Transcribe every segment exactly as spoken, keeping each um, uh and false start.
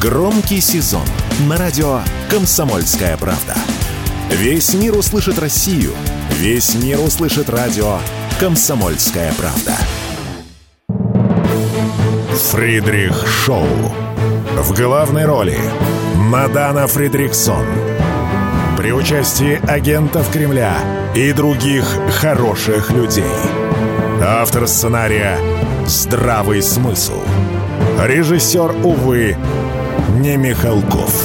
Громкий сезон на радио «Комсомольская правда». Весь мир услышит Россию. Весь мир услышит радио «Комсомольская правда». Фридрих Шоу. В главной роли Мадана Фридриксон. При участии агентов Кремля и других хороших людей. Автор сценария «Здравый смысл». Режиссер, увы, не Михалков.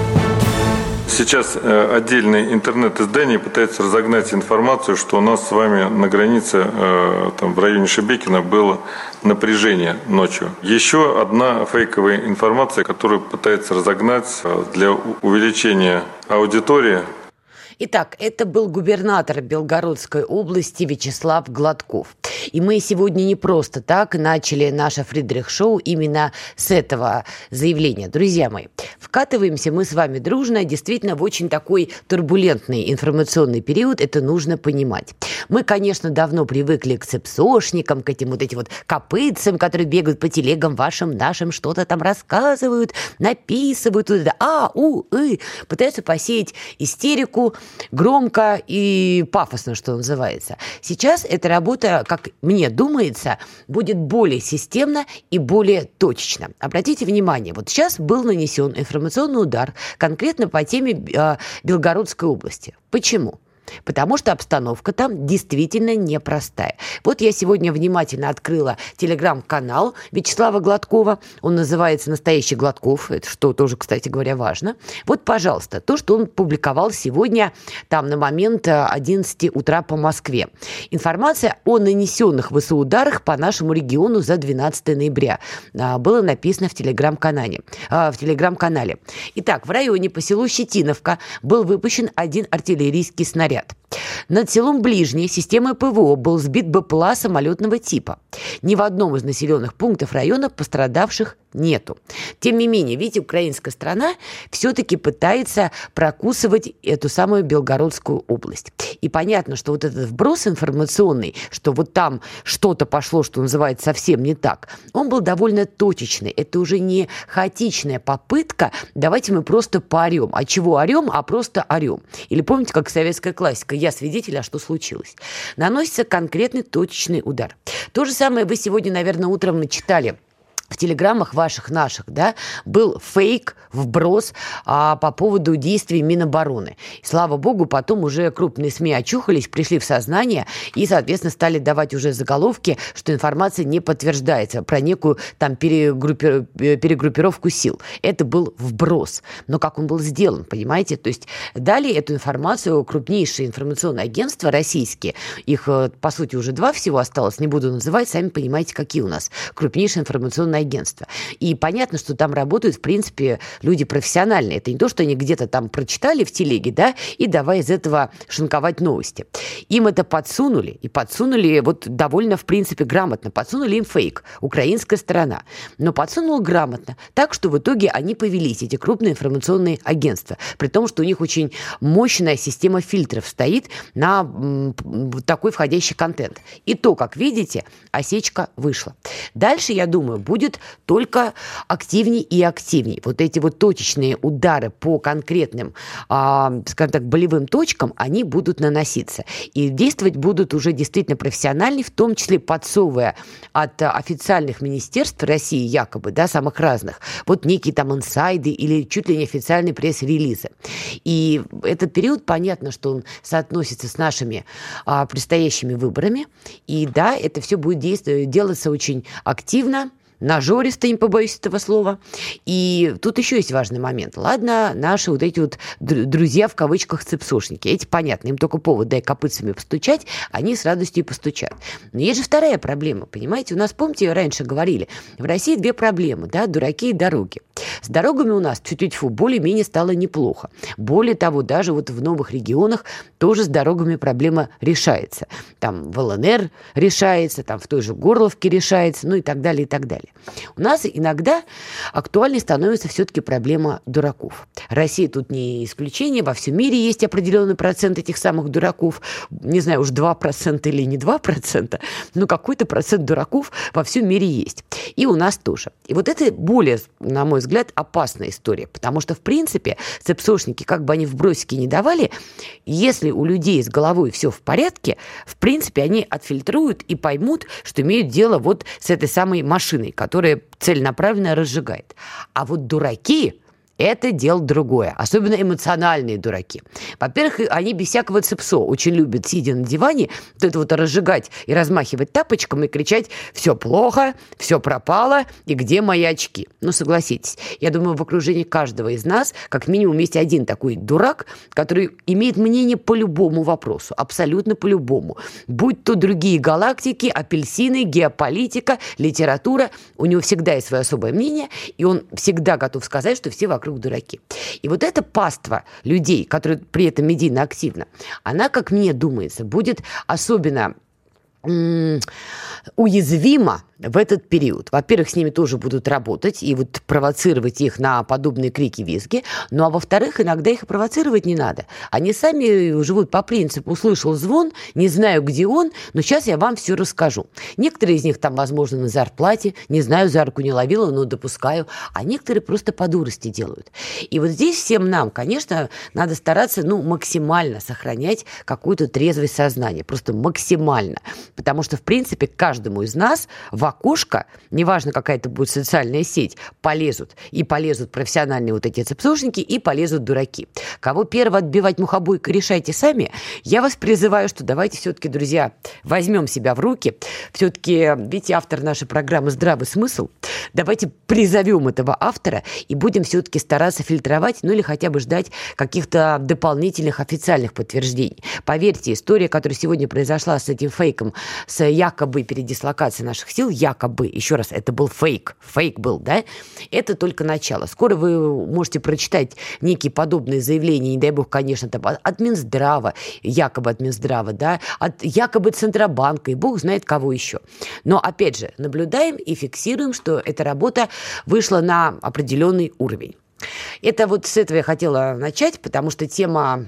Сейчас э, отдельные интернет-издания пытаются разогнать информацию, что у нас с вами на границе, э, там, в районе Шебекино, было напряжение ночью. Еще одна фейковая информация, которую пытается разогнать э, для увеличения аудитории. Итак, это был губернатор Белгородской области Вячеслав Гладков. И мы сегодня не просто так начали наше Фридрих-шоу именно с этого заявления. Друзья мои, вкатываемся мы с вами дружно, действительно, в очень такой турбулентный информационный период, это нужно понимать. Мы, конечно, давно привыкли к цепсошникам, к этим вот этим вот копытцам, которые бегают по телегам вашим, нашим, что-то там рассказывают, написывают, вот это, а, у, и, пытаются посеять истерику, громко и пафосно, что называется. Сейчас эта работа, как мне думается, будет более системно и более точечно. Обратите внимание, вот сейчас был нанесен информационный удар конкретно по теме э, Белгородской области. Почему? Потому что обстановка там действительно непростая. Вот я сегодня внимательно открыла телеграм-канал Вячеслава Гладкова. Он называется «Настоящий Гладков», это что тоже, кстати говоря, важно. Вот, пожалуйста, то, что он публиковал сегодня там на момент одиннадцати утра по Москве. Информация о нанесенных ВСУ ударах по нашему региону за двенадцатое ноября. Было написано в телеграм-канале. В телеграм-канале. Итак, в районе по селу Щетиновка был выпущен один артиллерийский снаряд. Над селом Ближнее системой ПВО был сбит БПЛА самолетного типа. Ни в одном из населенных пунктов района пострадавших нету. Тем не менее, видите, украинская страна все-таки пытается прокусывать эту самую Белгородскую область. И понятно, что вот этот вброс информационный, что вот там что-то пошло, что называется, совсем не так, он был довольно точечный. Это уже не хаотичная попытка, давайте мы просто поорем. А чего орем? А просто орем. Или помните, как советская классика, я свидетель, а что случилось? Наносится конкретный точечный удар. То же самое вы сегодня, наверное, утром начитали в телеграммах ваших, наших, да, был фейк, вброс а, по поводу действий Минобороны. И, слава богу, потом уже крупные СМИ очухались, пришли в сознание и, соответственно, стали давать уже заголовки, что информация не подтверждается про некую там перегруппи... перегруппировку сил. Это был вброс. Но как он был сделан, понимаете? То есть дали эту информацию крупнейшие информационные агентства российские. Их, по сути, уже два всего осталось, не буду называть, сами понимаете, какие у нас крупнейшие информационные агентства. И понятно, что там работают, в принципе, люди профессиональные. Это не то, что они где-то там прочитали в телеге, да, и давай из этого шинковать новости. Им это подсунули, и подсунули вот довольно, в принципе, грамотно. Подсунули им фейк, украинская сторона. Но подсунула грамотно, так что в итоге они повелись, эти крупные информационные агентства. При том, что у них очень мощная система фильтров стоит на м, такой входящий контент. И то, как видите, осечка вышла. Дальше, я думаю, будет только активней и активней. Вот эти вот точечные удары по конкретным, э, скажем так, болевым точкам, они будут наноситься. И действовать будут уже действительно профессиональные, в том числе подсовывая от официальных министерств России, якобы, да, самых разных, вот некие там инсайды или чуть ли не официальные пресс-релизы. И этот период, понятно, что он соотносится с нашими э, предстоящими выборами. И да, это все будет действовать, делаться очень активно, нажористо, не побоюсь этого слова. И тут еще есть важный момент. Ладно, наши вот эти вот друзья в кавычках цепсошники. Эти понятно, им только повод дай копытцами постучать, они с радостью и постучат. Но есть же вторая проблема, понимаете? У нас, помните, раньше говорили, в России две проблемы, да, дураки и дороги. С дорогами у нас, тьфу-тьфу, более-менее стало неплохо. Более того, даже вот в новых регионах тоже с дорогами проблема решается. Там в ЛНР решается, там в той же Горловке решается, ну и так далее, и так далее. У нас иногда актуальной становится все-таки проблема дураков. Россия тут не исключение, во всем мире есть определенный процент этих самых дураков, не знаю, уж два процента или не два процента, но какой-то процент дураков во всем мире есть. И у нас тоже. И вот это более, на мой взгляд, говорят, опасная история, потому что, в принципе, цепсошники, как бы они вбросики не давали, если у людей с головой все в порядке, в принципе, они отфильтруют и поймут, что имеют дело вот с этой самой машиной, которая целенаправленно разжигает. А вот дураки... это дело другое, особенно эмоциональные дураки. Во-первых, они без всякого цепсо очень любят, сидя на диване, вот это вот разжигать и размахивать тапочком и кричать «все плохо, все пропало, и где мои очки?». Ну, согласитесь, я думаю, в окружении каждого из нас как минимум есть один такой дурак, который имеет мнение по любому вопросу, абсолютно по любому. Будь то другие галактики, апельсины, геополитика, литература, у него всегда есть свое особое мнение, и он всегда готов сказать, что все вокруг дураки. И вот эта паства людей, которые при этом медийно активна, она, как мне думается, будет особенно м- уязвима в этот период. Во-первых, с ними тоже будут работать и вот провоцировать их на подобные крики, визги. Ну, а во-вторых, иногда их и провоцировать не надо. Они сами живут по принципу «услышал звон, не знаю, где он, но сейчас я вам все расскажу». Некоторые из них там, возможно, на зарплате, не знаю, за руку не ловила, но допускаю, а некоторые просто по дурости делают. И вот здесь всем нам, конечно, надо стараться, ну, максимально сохранять какую-то трезвость сознания, просто максимально, потому что, в принципе, каждому из нас в окошко, неважно, какая это будет социальная сеть, полезут. И полезут профессиональные вот эти цепсошники, и полезут дураки. Кого первого отбивать мухобойкой, решайте сами. Я вас призываю, что давайте все-таки, друзья, возьмем себя в руки. Все-таки, видите, автор нашей программы «Здравый смысл». Давайте призовем этого автора и будем все-таки стараться фильтровать, ну или хотя бы ждать каких-то дополнительных официальных подтверждений. Поверьте, история, которая сегодня произошла с этим фейком, с якобы передислокацией наших сил, якобы, еще раз, это был фейк, фейк был, да, это только начало. Скоро вы можете прочитать некие подобные заявления, не дай бог, конечно, там, от Минздрава, якобы от Минздрава, да, от якобы Центробанка, и бог знает кого еще. Но, опять же, наблюдаем и фиксируем, что эта работа вышла на определенный уровень. Это вот с этого я хотела начать, потому что тема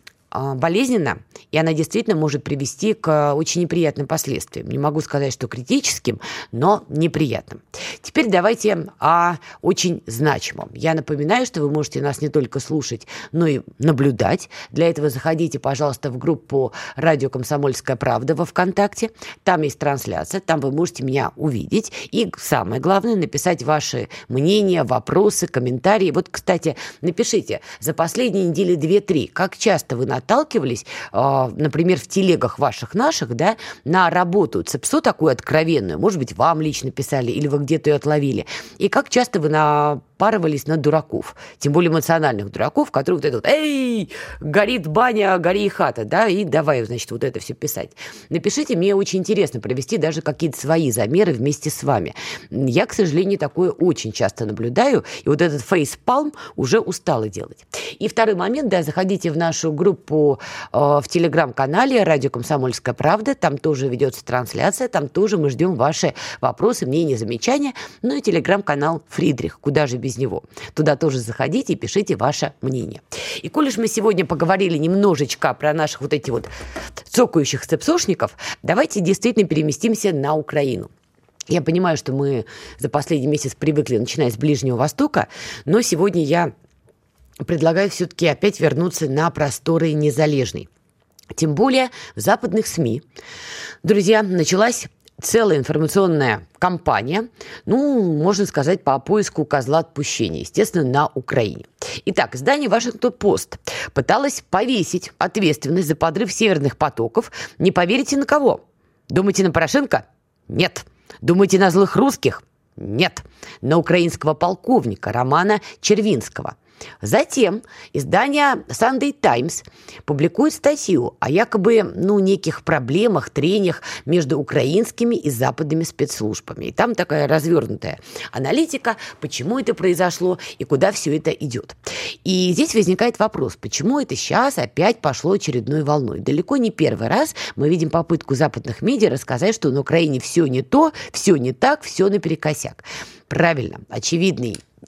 болезненна, и она действительно может привести к очень неприятным последствиям. Не могу сказать, что критическим, но неприятным. Теперь давайте о очень значимом. Я напоминаю, что вы можете нас не только слушать, но и наблюдать. Для этого заходите, пожалуйста, в группу «Радио Комсомольская правда» во ВКонтакте. Там есть трансляция, там вы можете меня увидеть. И самое главное, написать ваши мнения, вопросы, комментарии. Вот, кстати, напишите за последние недели две-три, как часто вы наталкивались, например, в телегах ваших наших, да, на работу цепсо такую откровенную, может быть, вам лично писали, или вы где-то ее отловили, и как часто вы напарывались на дураков, тем более эмоциональных дураков, которые вот это вот, эй, горит баня, гори и хата, да, и давай, значит, вот это все писать. Напишите, мне очень интересно провести даже какие-то свои замеры вместе с вами. Я, к сожалению, такое очень часто наблюдаю, и вот этот фейспалм уже устала делать. И второй момент, да, заходите в нашу группу э, в телеграм-канале «Радио Комсомольская правда», там тоже ведется трансляция, там тоже мы ждем ваши вопросы, мнения, замечания, ну и телеграм-канал «Фридрих», куда же без него. Туда тоже заходите и пишите ваше мнение. И коль уж мы сегодня поговорили немножечко про наших вот этих вот цокающих цепсошников, давайте действительно переместимся на Украину. Я понимаю, что мы за последний месяц привыкли, начиная с Ближнего Востока, но сегодня я предлагаю все-таки опять вернуться на просторы Незалежной. Тем более в западных СМИ, друзья, началась целая информационная кампания, ну, можно сказать, по поиску козла отпущения, естественно, на Украине. Итак, издание «Вашингтон-Пост» пыталось повесить ответственность за подрыв северных потоков. Не поверите на кого? Думаете, на Порошенко? Нет. Думаете, на злых русских? Нет. На украинского полковника Романа Червинского. Затем издание Sunday Times публикует статью о якобы, ну, неких проблемах, трениях между украинскими и западными спецслужбами. И там такая развернутая аналитика, почему это произошло и куда все это идет. И здесь возникает вопрос, почему это сейчас опять пошло очередной волной. Далеко не первый раз мы видим попытку западных медиа рассказать, что на Украине все не то, все не так, все наперекосяк. Правильно, очевидный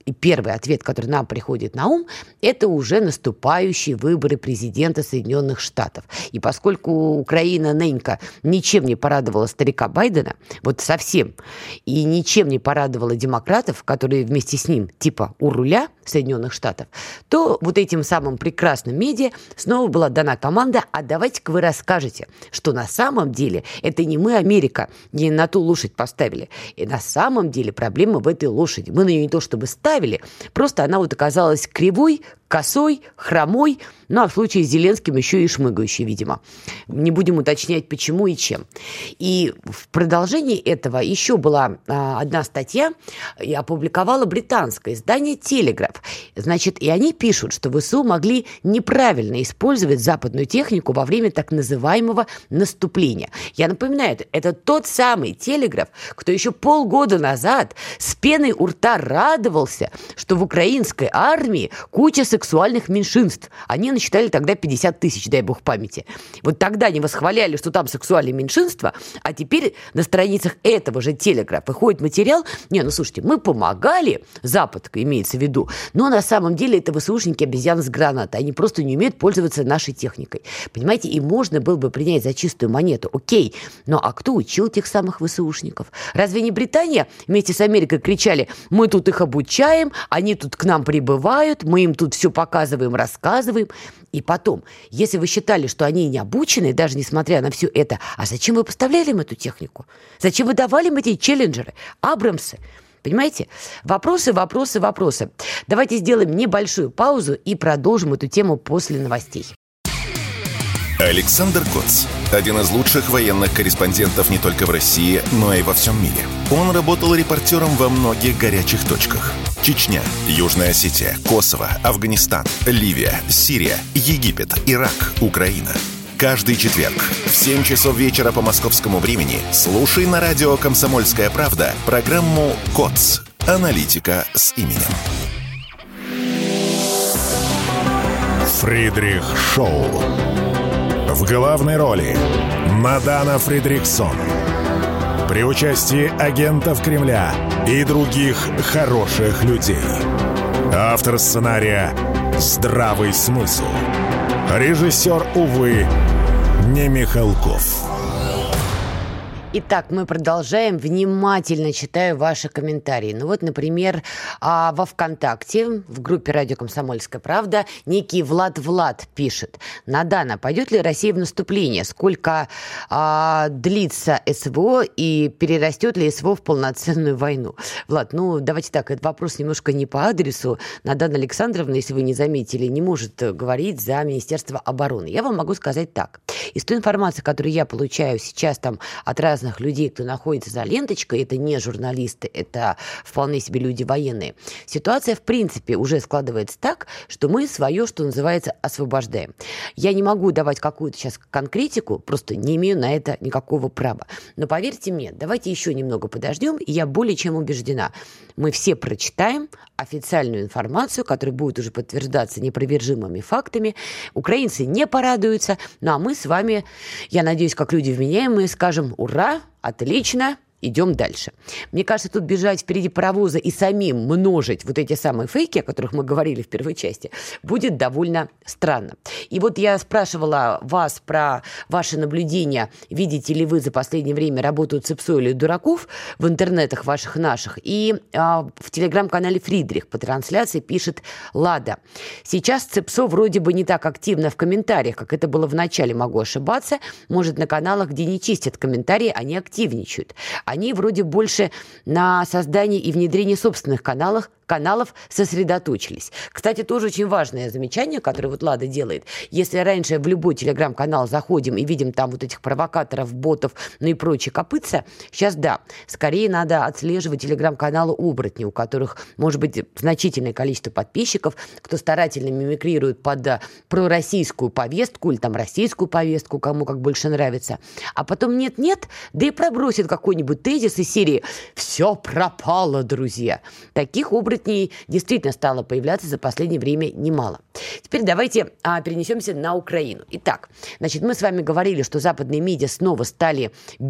И первый ответ, который нам приходит на ум, это уже наступающие выборы президента Соединенных Штатов. И поскольку Украина нынька ничем не порадовала старика Байдена, вот совсем, и ничем не порадовала демократов, которые вместе с ним типа у руля Соединенных Штатов, то вот этим самым прекрасным медиа снова была дана команда: а давайте-ка вы расскажете, что на самом деле это не мы, Америка, не на ту лошадь поставили. И на самом деле проблема в этой лошади. Мы на нее не то чтобы ставили, просто она вот оказалась кривой, косой, хромой, ну а в случае с Зеленским еще и шмыгающей, видимо. Не будем уточнять, почему и чем. И в продолжении этого еще была а, одна статья, и опубликовало британское издание «Телеграф». Значит, и они пишут, что ВСУ могли неправильно использовать западную технику во время так называемого наступления. Я напоминаю, это тот самый «Телеграф», кто еще полгода назад с пеной у рта радовался, что в украинской армии куча сексуальных меньшинств. Они насчитали тогда пятьдесят тысяч, дай бог памяти. Вот тогда они восхваляли, что там сексуальные меньшинства, а теперь на страницах этого же «Телеграфа» выходит материал: не, ну слушайте, мы помогали, Запад имеется в виду, но на самом деле это ВСУшники обезьяны с гранатой. Они просто не умеют пользоваться нашей техникой. Понимаете, и можно было бы принять за чистую монету. Окей, но а кто учил тех самых ВСУшников? Разве не Британия вместе с Америкой кричали: мы тут их обучаем, они тут к нам прибывают, мы им тут все показываем, рассказываем. И потом, если вы считали, что они не обучены, даже несмотря на все это, а зачем вы поставляли им эту технику? Зачем вы давали им эти челленджеры, Абрамсы? Понимаете? Вопросы, вопросы, вопросы. Давайте сделаем небольшую паузу и продолжим эту тему после новостей. Александр Коц. Один из лучших военных корреспондентов не только в России, но и во всем мире. Он работал репортером во многих горячих точках. Чечня, Южная Осетия, Косово, Афганистан, Ливия, Сирия, Египет, Ирак, Украина. Каждый четверг в семь часов вечера по московскому времени слушай на радио «Комсомольская правда» программу «Коц. Аналитика с именем». Фридрих Шоу. В главной роли Мадана Фридриксон. При участии агентов Кремля и других хороших людей. Автор сценария «Здравый смысл». Режиссер, увы, не Михалков. Итак, мы продолжаем. Внимательно читаю ваши комментарии. Ну вот, например, во ВКонтакте, в группе «Радио Комсомольская правда», некий Влад Влад пишет: Надана, пойдет ли Россия в наступление? Сколько а, длится СВО и перерастет ли СВО в полноценную войну? Влад, ну давайте так, этот вопрос немножко не по адресу. Надана Александровна, если вы не заметили, не может говорить за Министерство обороны. Я вам могу сказать так. Из той информации, которую я получаю сейчас там от разных людей, кто находится за ленточкой, это не журналисты, это вполне себе люди военные. Ситуация, в принципе, уже складывается так, что мы свое, что называется, освобождаем. Я не могу давать какую-то сейчас конкретику, просто не имею на это никакого права. Но поверьте мне, давайте еще немного подождем, и я более чем убеждена. Мы все прочитаем официальную информацию, которая будет уже подтверждаться непровержимыми фактами. Украинцы не порадуются, ну а мы с вами, я надеюсь, как люди вменяемые, скажем: ура, отлично, идем дальше. Мне кажется, тут бежать впереди паровоза и самим множить вот эти самые фейки, о которых мы говорили в первой части, будет довольно странно. И вот я спрашивала вас про ваши наблюдения. Видите ли вы за последнее время работу ЦИПСО или дураков в интернетах ваших наших? И а, в телеграм-канале Фридрих по трансляции пишет Лада: сейчас ЦИПСО вроде бы не так активно в комментариях, как это было в начале, могу ошибаться. Может, на каналах, где не чистят комментарии, они активничают. Они вроде больше на создании и внедрении собственных каналов, каналов сосредоточились. Кстати, тоже очень важное замечание, которое вот Лада делает. Если раньше в любой телеграм-канал заходим и видим там вот этих провокаторов, ботов, ну и прочие копытца, сейчас да, скорее надо отслеживать телеграм-каналы оборотни, у которых может быть значительное количество подписчиков, кто старательно мимикрирует под пророссийскую повестку или там российскую повестку, кому как больше нравится. А потом нет-нет, да и пробросит какой-нибудь тезис из серии «Все пропало, друзья». Таких оборотней действительно стало появляться за последнее время немало. Теперь давайте а, перенесемся на Украину. Итак, значит, мы с вами говорили, что западные медиа снова стали бить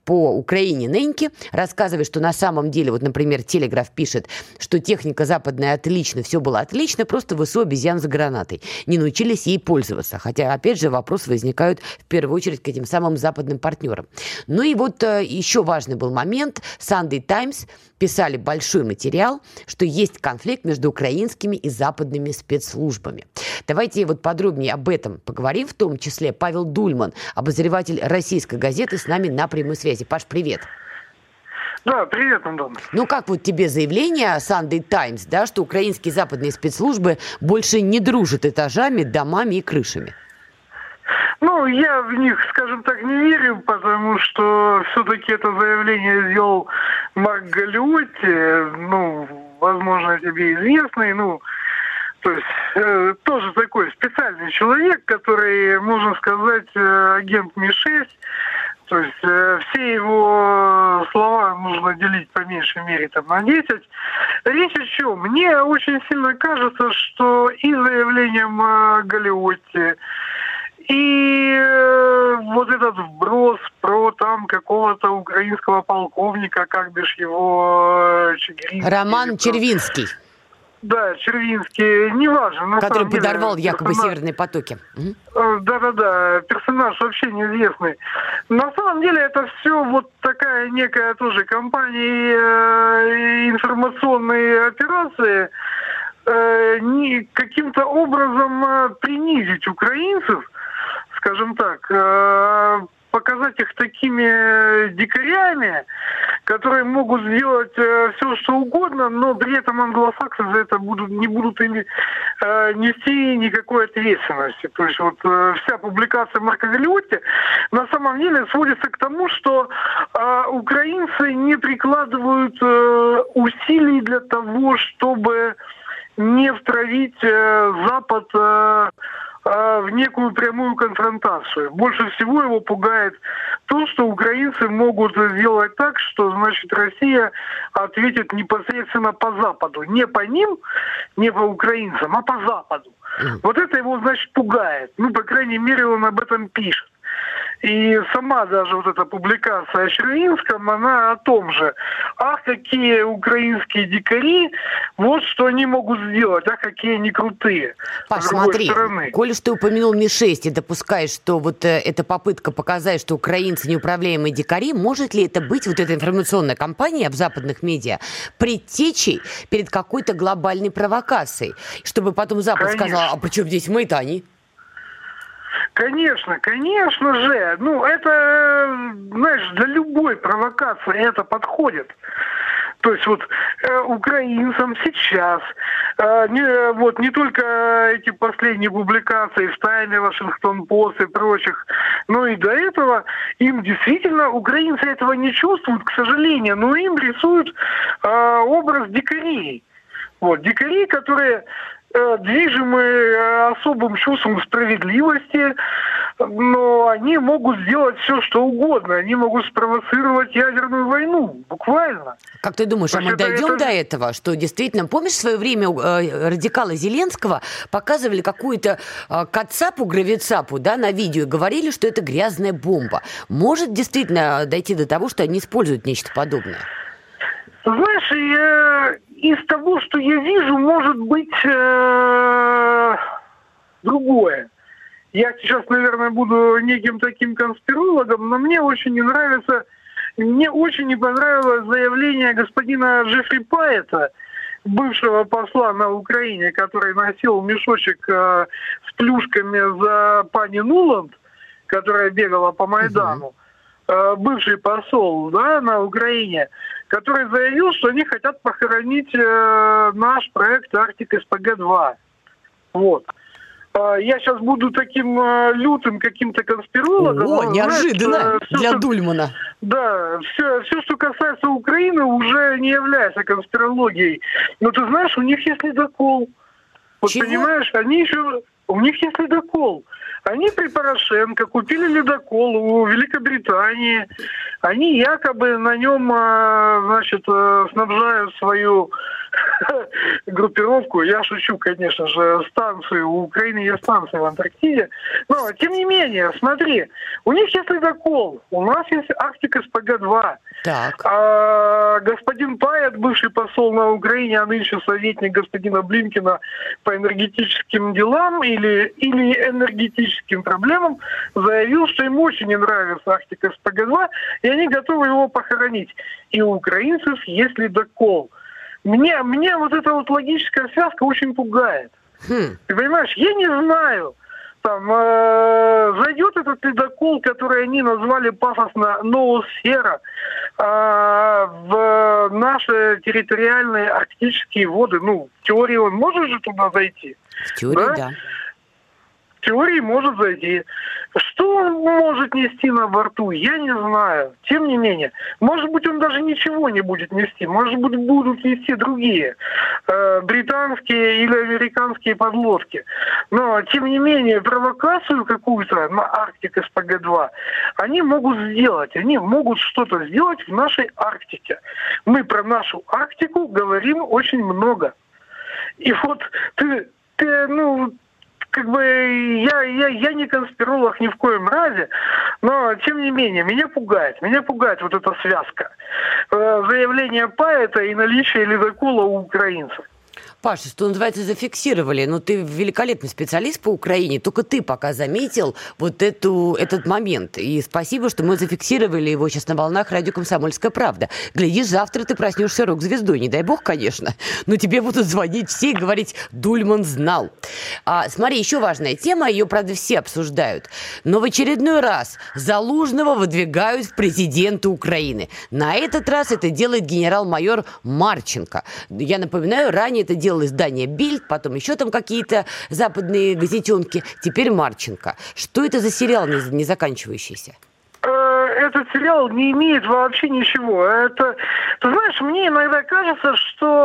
по Украине ныньки, рассказывает, что на самом деле, вот, например, Телеграф пишет, что техника западная отлично, все было отлично, просто ВСУ обезьян за гранатой. Не научились ей пользоваться. Хотя, опять же, вопросы возникают в первую очередь к этим самым западным партнерам. Ну и вот э, еще важный был момент. Sunday Times писали большой материал, что есть конфликт между украинскими и западными спецслужбами. Давайте вот подробнее об этом поговорим, в том числе Павел Дульман, обозреватель «Российской газеты», с нами на прямой связи. Паш, привет. Да, привет, Антон. Ну, как вот тебе заявление Sunday Times, да, что украинские западные спецслужбы больше не дружат этажами, домами и крышами? Ну, я в них, скажем так, не верю, потому что все-таки это заявление сделал Марк Галлиотти, ну, возможно, тебе известный, ну, то есть э, тоже такой специальный человек, который, можно сказать, э, агент Ми шесть. То есть э, все его слова нужно делить по меньшей мере там, на десять. Речь о чем? Мне очень сильно кажется, что и заявлением э, Галлиотти, и э, вот этот вброс про там какого-то украинского полковника, как бишь его... Э, Чигиринский, Роман Червинский. Да, Червинский, неважно. Который подорвал деле, якобы персонаж... северные потоки. Да-да-да, персонаж вообще неизвестный. На самом деле это все вот такая некая тоже компания э, информационные операции, э, не, каким-то образом э, принизить украинцев, скажем так, э, показать их такими дикарями, которые могут сделать э, все, что угодно, но при этом англосаксы за это будут, не будут ими, э, нести никакой ответственности. То есть вот э, вся публикация Марка Галлиотти на самом деле сводится к тому, что э, украинцы не прикладывают э, усилий для того, чтобы не втравить э, Запад э, в некую прямую конфронтацию. Больше всего его пугает то, что украинцы могут сделать так, что, значит, Россия ответит непосредственно по Западу. Не по ним, не по украинцам, а по Западу. Mm. Вот это его, значит, пугает. Ну, по крайней мере, он об этом пишет. И сама даже вот эта публикация о Червинском, она о том же. Ах, какие украинские дикари, вот что они могут сделать, ах, какие они крутые. Паш, смотри, коль уж ты упомянул Ми шесть и допускаешь, что вот э, эта попытка показать, что украинцы неуправляемые дикари, может ли это быть, вот эта информационная кампания в западных медиа, предтечей перед какой-то глобальной провокацией, чтобы потом Запад Конечно. сказал, а при чем здесь мы-то они? Конечно, конечно же. Ну, это, знаешь, для любой провокации это подходит. То есть вот э, украинцам сейчас, э, не, вот не только эти последние публикации в Тайме, Вашингтон-Пост и прочих, но и до этого им действительно, украинцы этого не чувствуют, к сожалению, но им рисуют э, образ дикарей. Вот, дикарей, которые... движимы особым чувством справедливости, но они могут сделать все, что угодно. Они могут спровоцировать ядерную войну, буквально. Как ты думаешь, а мы дойдем это... до этого, что действительно, помнишь, в свое время э, радикалы Зеленского показывали какую-то э, кацапу-гравицапу, да, на видео, и говорили, что это грязная бомба. Может действительно дойти до того, что они используют нечто подобное? Знаешь, я, из того, что я вижу, может быть э, другое. Я сейчас, наверное, буду неким таким конспирологом, но мне очень не нравится, мне очень не понравилось заявление господина Джеффри Пайета, бывшего посла на Украине, который носил мешочек э, с плюшками за пани Нуланд, которая бегала по Майдану. Э, бывший посол, да, на Украине, который заявил, что они хотят похоронить э, наш проект Арктик эс пэ гэ два. Вот. Э, я сейчас буду таким э, лютым каким-то конспирологом. О, неожиданно знаешь, все, для что, Дульмана. Да, все, все, что касается Украины, уже не является конспирологией. Но ты знаешь, у них есть ледокол. Вот Чего? Понимаешь, они еще... У них есть ледокол. Они при Порошенко купили ледокол у Великобритании. Они якобы на нем, значит, снабжают свою группировку, я шучу, конечно же, станцию, у Украины есть станция в Антарктиде, но, тем не менее, смотри, у них есть ледокол, у нас есть Арктик эс пэ гэ два. Так. А, господин Паят, бывший посол на Украине, а нынче советник господина Блинкена по энергетическим делам или, или энергетическим проблемам, заявил, что ему очень не нравится Арктик эс пэ гэ два, и они готовы его похоронить. И у украинцев есть ледокол. Мне, мне вот эта вот логическая связка очень пугает. Хм. Ты понимаешь, я не знаю, там э, зайдет этот ледокол, который они назвали пафосно «Ноосфера», э, в наши территориальные арктические воды. Ну, в теории он может же туда зайти? В теории, да. да. В теории может зайти. Что он может нести на борту, я не знаю. Тем не менее, может быть, он даже ничего не будет нести. Может быть, будут нести другие э, британские или американские подлодки. Но, тем не менее, провокацию какую-то на Арктик эс пэ гэ два они могут сделать. Они могут что-то сделать в нашей Арктике. Мы про нашу Арктику говорим очень много. И вот ты, ты ну... Как бы я, я, я не конспиролог ни в коем разе, но тем не менее меня пугает. Меня пугает вот эта связка. Э, заявление Паэта и наличие ледокола у украинцев. Паша, что называется, зафиксировали. Ну, ты великолепный специалист по Украине, только ты пока заметил вот эту, этот момент. И спасибо, что мы зафиксировали его сейчас на волнах радио «Комсомольская правда». Глядишь, завтра ты проснешься рок-звездой, не дай бог, конечно. Но тебе будут звонить все и говорить: Дульман знал. А, смотри, еще важная тема, ее, правда, все обсуждают. Но в очередной раз Залужного выдвигают в президенты Украины. На этот раз это делает генерал-майор Марченко. Я напоминаю, ранее это делал издание «Бильд», потом еще там какие-то западные газетенки, теперь Марченко. Что это за сериал не, не заканчивающийся? Этот сериал не имеет вообще ничего. Это, ты знаешь, мне иногда кажется,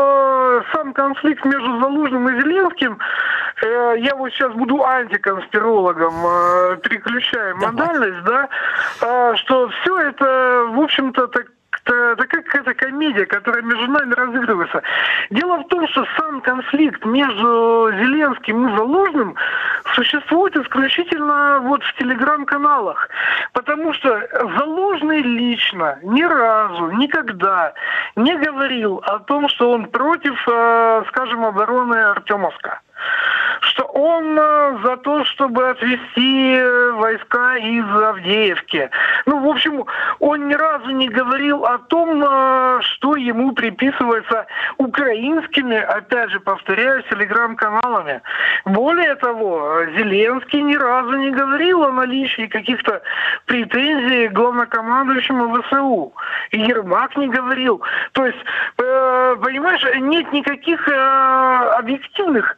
что сам конфликт между Залужным и Зеленским, э, я вот сейчас буду антиконспирологом, э, переключаю модальность, да, э, что все это, в общем-то, так это какая-то комедия, которая между нами разыгрывается. Дело в том, что сам конфликт между Зеленским и Залужным существует исключительно вот в телеграм-каналах. Потому что Залужный лично ни разу, никогда не говорил о том, что он против, скажем, обороны Артемовска. Что он за то, чтобы отвести войска из Авдеевки. Ну, в общем, он ни разу не говорил о том, что ему приписывается украинскими, опять же, повторяю, телеграм-каналами. Более того, Зеленский ни разу не говорил о наличии каких-то претензий к главнокомандующему вэ эс у. И Ермак не говорил. То есть, понимаешь, нет никаких объективных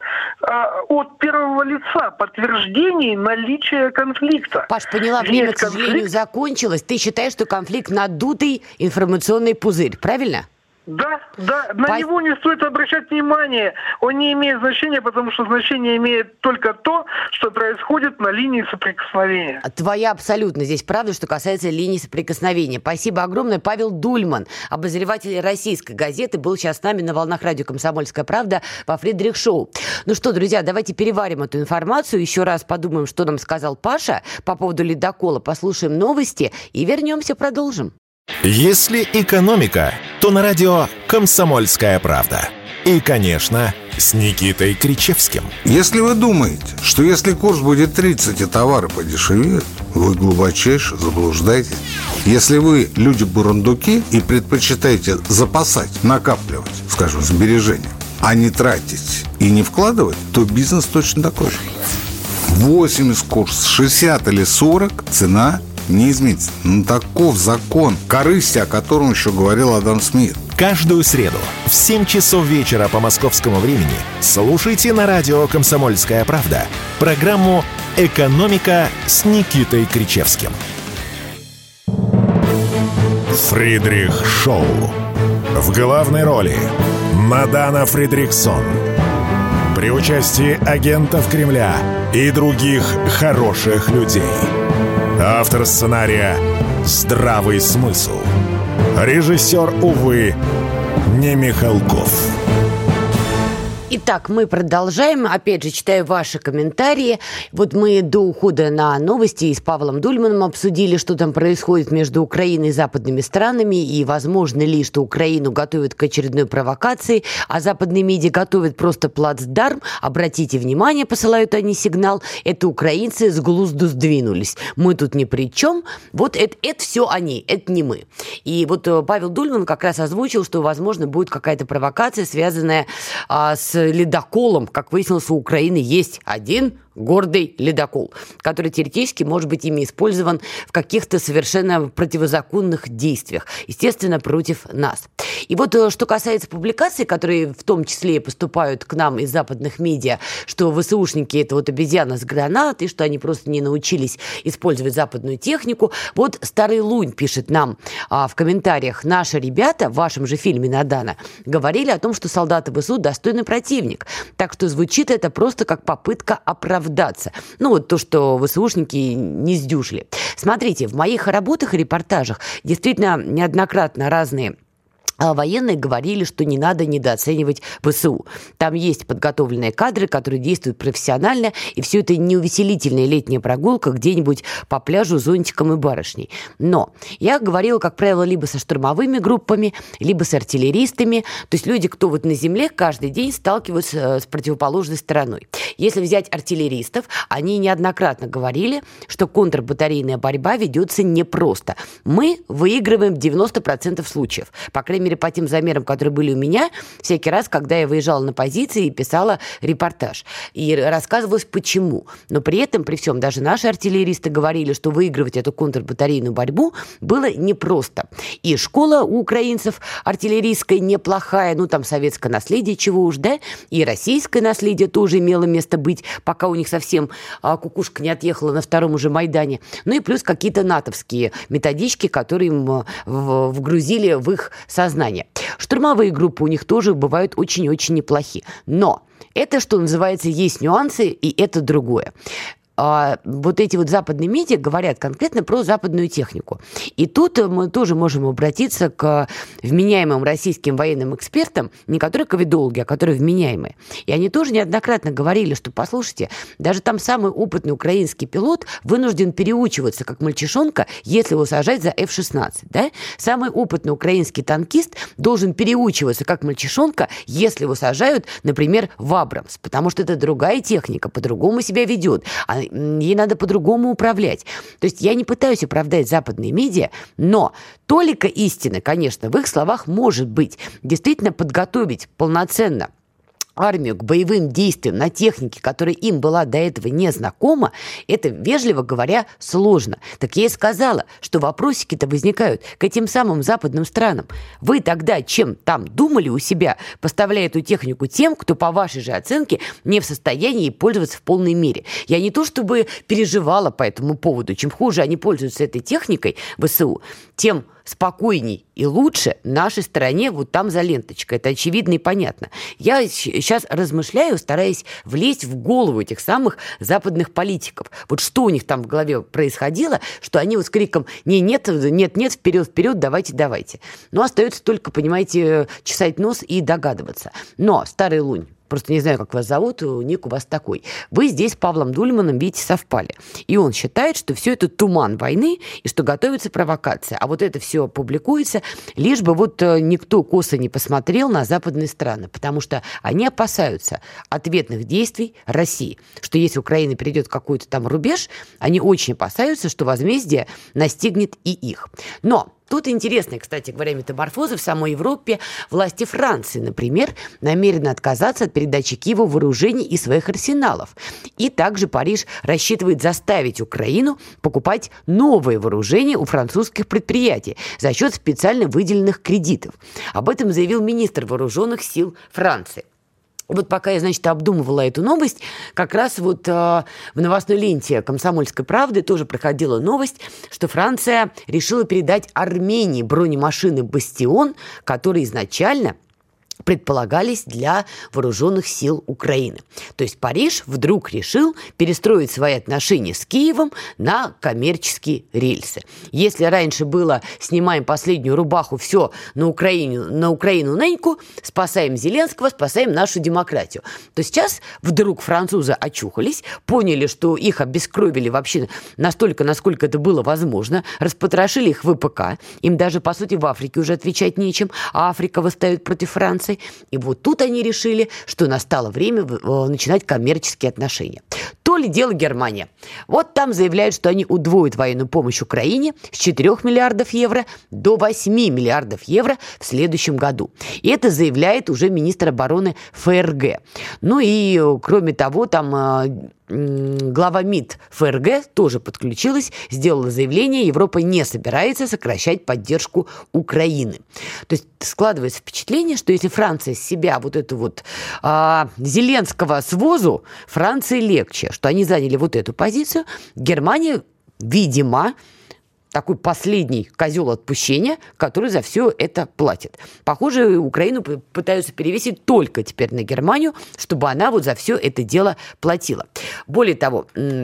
от первого лица подтверждений наличия конфликта. Паш, поняла, время, Есть к сожалению, конфликт. закончилось. Ты считаешь, что конфликт надутый информационный пузырь, правильно? Да, да, на По... него не стоит обращать внимание. Он не имеет значения, потому что значение имеет только то, что происходит на линии соприкосновения. Твоя абсолютно здесь правда, что касается линии соприкосновения. Спасибо огромное. Павел Дульман, обозреватель «Российской газеты», был сейчас с нами на волнах радио «Комсомольская правда» во Фридрих-шоу. Ну что, друзья, давайте переварим эту информацию, еще раз подумаем, что нам сказал Паша по поводу ледокола, послушаем новости и вернемся, продолжим. Если экономика, то на радио «Комсомольская правда». И, конечно, с Никитой Кричевским. Если вы думаете, что если курс будет тридцать и товары подешевеют, вы глубочайше заблуждаетесь. Если вы люди-бурундуки и предпочитаете запасать, накапливать, скажем, сбережения, а не тратить и не вкладывать, то бизнес точно такой же. восемьдесят курс, шестьдесят или сорок, цена не изменится. Ну, таков закон корысти, о котором еще говорил Адам Смит. Каждую среду в семь часов вечера по московскому времени слушайте на радио «Комсомольская правда» программу «Экономика» с Никитой Кричевским. Фридрих Шоу. В главной роли Мадана Фридриксон. При участии агентов Кремля и других хороших людей. Автор сценария «Здравый смысл». Режиссер, увы, не Михалков. Итак, мы продолжаем. Опять же, читаю ваши комментарии. Вот мы до ухода на новости с Павлом Дульманом обсудили, что там происходит между Украиной и западными странами, и возможно ли, что Украину готовят к очередной провокации, а западные медиа готовят просто плацдарм. Обратите внимание, посылают они сигнал, это украинцы с глузду сдвинулись. Мы тут ни при чем. Вот это, это все они, это не мы. И вот Павел Дульман как раз озвучил, что, возможно, будет какая-то провокация, связанная а, с ледоколом. Как выяснилось, у Украины есть один гордый ледокол, который теоретически может быть ими использован в каких-то совершенно противозаконных действиях, естественно, против нас. И вот что касается публикаций, которые в том числе поступают к нам из западных медиа, что ВСУшники – это вот обезьяна с гранатой, что они просто не научились использовать западную технику. Вот Старый Лунь пишет нам а, в комментариях: наши ребята в вашем же фильме «Надана» говорили о том, что солдаты ВСУ – достойный противник. Так что звучит это просто как попытка оправдаться. Ну вот то, что ВСУшники не сдюжили. Смотрите, в моих работах и репортажах действительно неоднократно разные военные говорили, что не надо недооценивать ВСУ. Там есть подготовленные кадры, которые действуют профессионально, и все это не увеселительная летняя прогулка где-нибудь по пляжу с зонтиком и барышней. Но я говорила, как правило, либо со штурмовыми группами, либо с артиллеристами, то есть люди, кто вот на земле каждый день сталкиваются с противоположной стороной. Если взять артиллеристов, они неоднократно говорили, что контрбатарейная борьба ведется непросто. Мы выигрываем в девяносто процентов случаев. По крайней мере, по тем замерам, которые были у меня, всякий раз, когда я выезжала на позиции и писала репортаж. И рассказывалось, почему. Но при этом, при всем, даже наши артиллеристы говорили, что выигрывать эту контрбатарейную борьбу было непросто. И школа у украинцев артиллерийская неплохая, ну, там советское наследие, чего уж, да, и российское наследие тоже имело место быть, пока у них совсем а, кукушка не отъехала на втором уже Майдане. Ну и плюс какие-то натовские методички, которые им в, в, вгрузили в их сознание. Штурмовые группы у них тоже бывают очень-очень неплохие. Но это, что называется, есть нюансы, и это другое. Вот эти вот западные медиа говорят конкретно про западную технику. И тут мы тоже можем обратиться к вменяемым российским военным экспертам, не которые ковидологи, а которые вменяемые. И они тоже неоднократно говорили, что, послушайте, даже там самый опытный украинский пилот вынужден переучиваться, как мальчишонка, если его сажать за эф шестнадцать. Да? Самый опытный украинский танкист должен переучиваться, как мальчишонка, если его сажают, например, в Абрамс, потому что это другая техника, по-другому себя ведет. Ей надо по-другому управлять. То есть я не пытаюсь оправдать западные медиа, но толика истины, конечно, в их словах может быть. Действительно подготовить полноценно армию к боевым действиям на технике, которая им была до этого не знакома, это, вежливо говоря, сложно. Так я и сказала, что вопросики-то возникают к этим самым западным странам. Вы тогда чем там думали у себя, поставляя эту технику тем, кто, по вашей же оценке, не в состоянии пользоваться в полной мере? Я не то чтобы переживала по этому поводу. Чем хуже они пользуются этой техникой ВСУ, тем спокойней и лучше нашей стране вот там за ленточкой. Это очевидно и понятно. Я сейчас размышляю, стараясь влезть в голову этих самых западных политиков. Вот что у них там в голове происходило, что они вот с криком «не, нет, нет, нет, вперед, вперед, давайте, давайте». Но остается только, понимаете, чесать нос и догадываться. Но, Старый Лунь, просто не знаю, как вас зовут, ник у вас такой. Вы здесь с Павлом Дульманом, видите, совпали. И он считает, что все это туман войны, и что готовится провокация. А вот это все публикуется, лишь бы вот никто косо не посмотрел на западные страны, потому что они опасаются ответных действий России. Что если Украина перейдет в какой-то там рубеж, они очень опасаются, что возмездие настигнет и их. Но тут интересная, кстати говоря, метаморфоза в самой Европе. Власти Франции, например, намерены отказаться от передачи Киеву вооружений и своих арсеналов. И также Париж рассчитывает заставить Украину покупать новые вооружения у французских предприятий за счет специально выделенных кредитов. Об этом заявил министр вооруженных сил Франции. Вот пока я, значит, обдумывала эту новость, как раз вот э, в новостной ленте «Комсомольской правды» тоже проходила новость, что Франция решила передать Армении бронемашины «Бастион», которые изначально предполагались для вооруженных сил Украины. То есть Париж вдруг решил перестроить свои отношения с Киевом на коммерческие рельсы. Если раньше было «снимаем последнюю рубаху, все, на Украину, на Украину неньку, спасаем Зеленского, спасаем нашу демократию», то сейчас вдруг французы очухались, поняли, что их обескровили вообще настолько, насколько это было возможно, распотрошили их в ВПК, им даже, по сути, в Африке уже отвечать нечем, а Африка восстает против Франции. И вот тут они решили, что настало время начинать коммерческие отношения. То ли дело Германия. Вот там заявляют, что они удвоят военную помощь Украине с четырёх миллиардов евро до восьми миллиардов евро в следующем году. И это заявляет уже министр обороны ФРГ. Ну и, кроме того, там глава МИД ФРГ тоже подключилась, сделала заявление, Европа не собирается сокращать поддержку Украины. То есть складывается впечатление, что если Франция с себя вот эту вот а, Зеленского свозу, Франции легче, что они заняли вот эту позицию, Германия, видимо, такой последний козел отпущения, который за все это платит. Похоже, Украину пытаются перевесить только теперь на Германию, чтобы она вот за все это дело платила. Более того,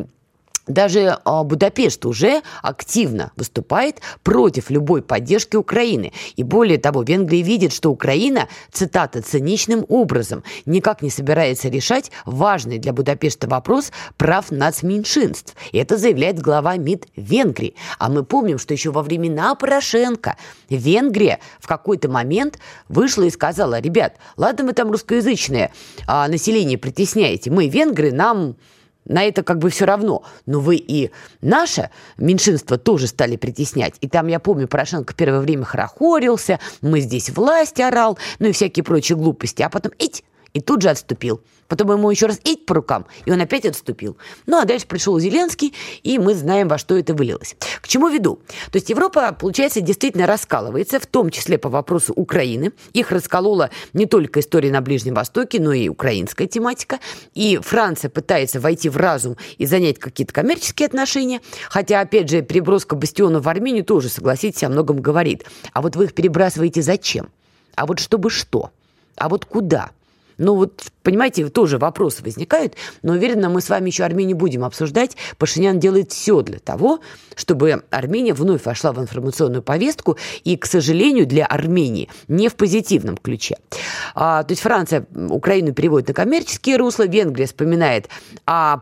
даже Будапешт уже активно выступает против любой поддержки Украины. И более того, Венгрия видит, что Украина, цитата, циничным образом никак не собирается решать важный для Будапешта вопрос прав нацменьшинств. И это заявляет глава МИД Венгрии. А мы помним, что еще во времена Порошенко Венгрия в какой-то момент вышла и сказала: ребят, ладно, вы там русскоязычное а, население притесняете, мы, венгры, нам... на это как бы все равно. Но вы и наше меньшинство тоже стали притеснять. И там, я помню, Порошенко первое время хорохорился, мы здесь власть орал, ну и всякие прочие глупости. А потом ить, и тут же отступил. Потом ему еще раз ить по рукам, и он опять отступил. Ну, а дальше пришел Зеленский, и мы знаем, во что это вылилось. К чему веду? То есть Европа, получается, действительно раскалывается, в том числе по вопросу Украины. Их расколола не только история на Ближнем Востоке, но и украинская тематика. И Франция пытается войти в разум и занять какие-то коммерческие отношения. Хотя, опять же, переброска бастиона в Армению тоже, согласитесь, о многом говорит. А вот вы их перебрасываете зачем? А вот чтобы что? А вот куда? Ну вот, понимаете, тоже вопросы возникают, но уверена, мы с вами еще Армению будем обсуждать. Пашинян делает все для того, чтобы Армения вновь вошла в информационную повестку, и, к сожалению, для Армении не в позитивном ключе. А, то есть Франция Украину переводит на коммерческие русла, Венгрия вспоминает о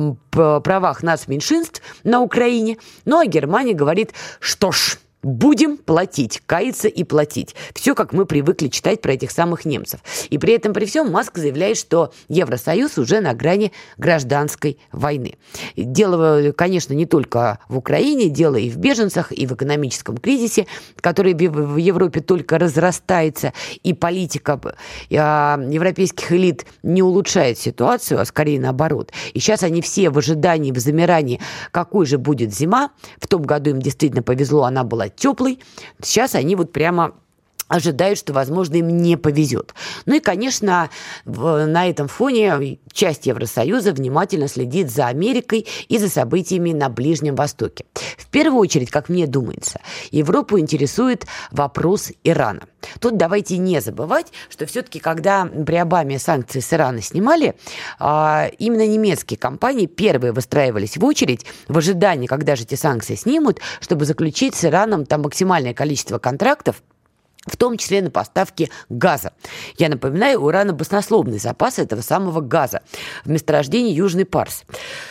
правах нацменьшинств на Украине, ну а Германия говорит, что ж, будем платить, каяться и платить. Все, как мы привыкли читать про этих самых немцев. И при этом, при всем, Маск заявляет, что Евросоюз уже на грани гражданской войны. Дело, конечно, не только в Украине, дело и в беженцах, и в экономическом кризисе, который в Европе только разрастается, и политика европейских элит не улучшает ситуацию, а скорее наоборот. И сейчас они все в ожидании, в замирании, какой же будет зима. В том году им действительно повезло, она была теплый. Сейчас они вот прямо ожидают, что, возможно, им не повезет. Ну и, конечно, в, на этом фоне часть Евросоюза внимательно следит за Америкой и за событиями на Ближнем Востоке. В первую очередь, как мне думается, Европу интересует вопрос Ирана. Тут давайте не забывать, что все-таки, когда при Обаме санкции с Ирана снимали, именно немецкие компании первые выстраивались в очередь в ожидании, когда же эти санкции снимут, чтобы заключить с Ираном там максимальное количество контрактов, в том числе на поставки газа. Я напоминаю, у Ирана баснословные запасы этого самого газа в месторождении Южный Парс.